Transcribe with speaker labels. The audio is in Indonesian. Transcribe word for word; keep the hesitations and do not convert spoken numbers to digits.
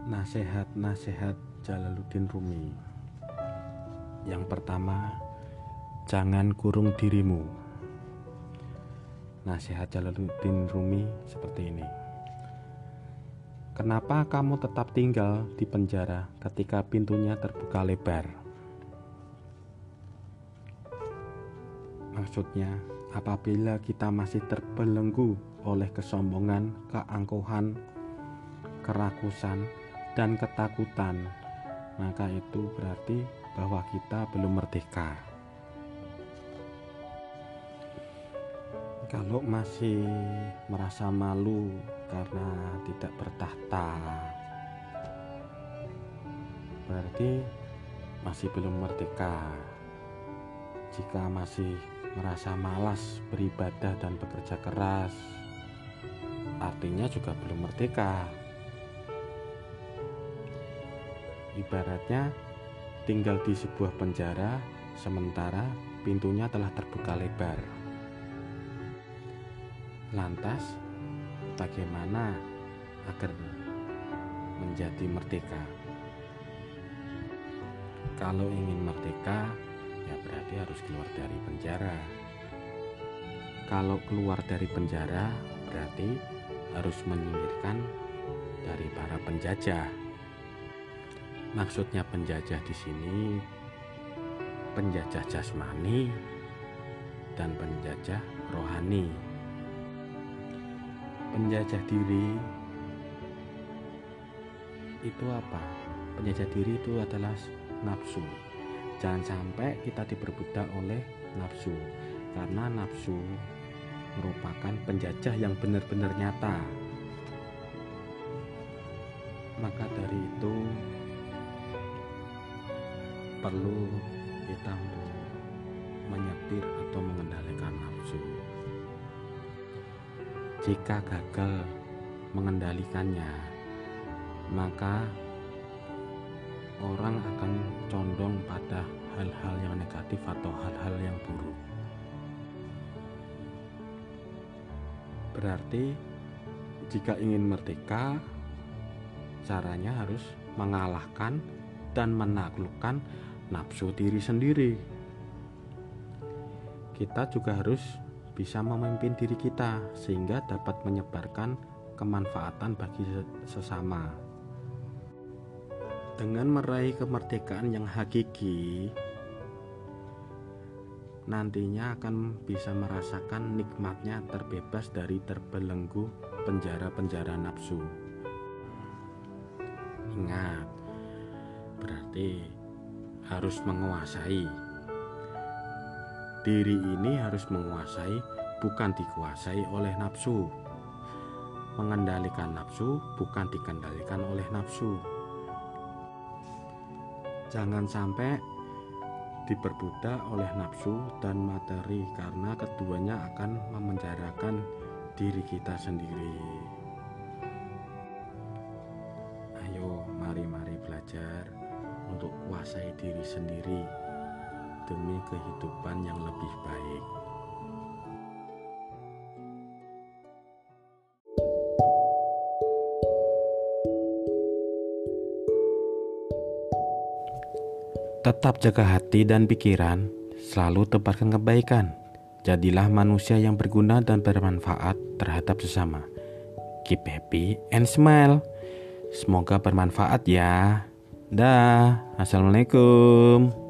Speaker 1: Nasihat-nasihat Jalaluddin Rumi. Yang pertama, jangan kurung dirimu. Nasihat Jalaluddin Rumi seperti ini. Kenapa kamu tetap tinggal di penjara ketika pintunya terbuka lebar? Maksudnya, apabila kita masih terbelenggu oleh kesombongan, keangkuhan, kerakusan, dan ketakutan, maka itu berarti bahwa kita belum merdeka. Kalau masih merasa malu karena tidak bertahta, berarti masih belum merdeka. Jika masih merasa malas beribadah dan bekerja keras, artinya juga belum merdeka. Ibaratnya tinggal di sebuah penjara sementara pintunya telah terbuka lebar. Lantas, bagaimana agar menjadi merdeka? Kalau ingin merdeka, ya berarti harus keluar dari penjara. Kalau keluar dari penjara, berarti harus menyingkirkan dari para penjajah. Maksudnya penjajah di sini penjajah jasmani dan penjajah rohani. Penjajah diri itu apa? Penjajah diri itu adalah nafsu. Jangan sampai kita diperbudak oleh nafsu, karena nafsu merupakan penjajah yang benar-benar nyata. Maka dari itu perlu kita untuk menyetir atau mengendalikan nafsu. Jika gagal mengendalikannya, maka orang akan condong pada hal-hal yang negatif atau hal-hal yang buruk. Berarti jika ingin merdeka, caranya harus mengalahkan dan menaklukkan nafsu diri sendiri. Kita juga harus bisa memimpin diri kita sehingga dapat menyebarkan kemanfaatan bagi sesama. Dengan meraih kemerdekaan yang hakiki, nantinya akan bisa merasakan nikmatnya terbebas dari terbelenggu penjara-penjara nafsu. Ingat, berarti harus menguasai. Diri ini harus menguasai, bukan dikuasai oleh nafsu. Mengendalikan nafsu, bukan dikendalikan oleh nafsu. Jangan sampai diperbudak oleh nafsu dan materi, karena keduanya akan memenjarakan diri kita sendiri. Ayo, mari-mari belajar untuk kuasai diri sendiri demi kehidupan yang lebih baik. Tetap jaga hati dan pikiran, selalu tebarkan kebaikan. Jadilah manusia yang berguna dan bermanfaat terhadap sesama. Keep happy and smile. Semoga bermanfaat ya. Dah, assalamualaikum.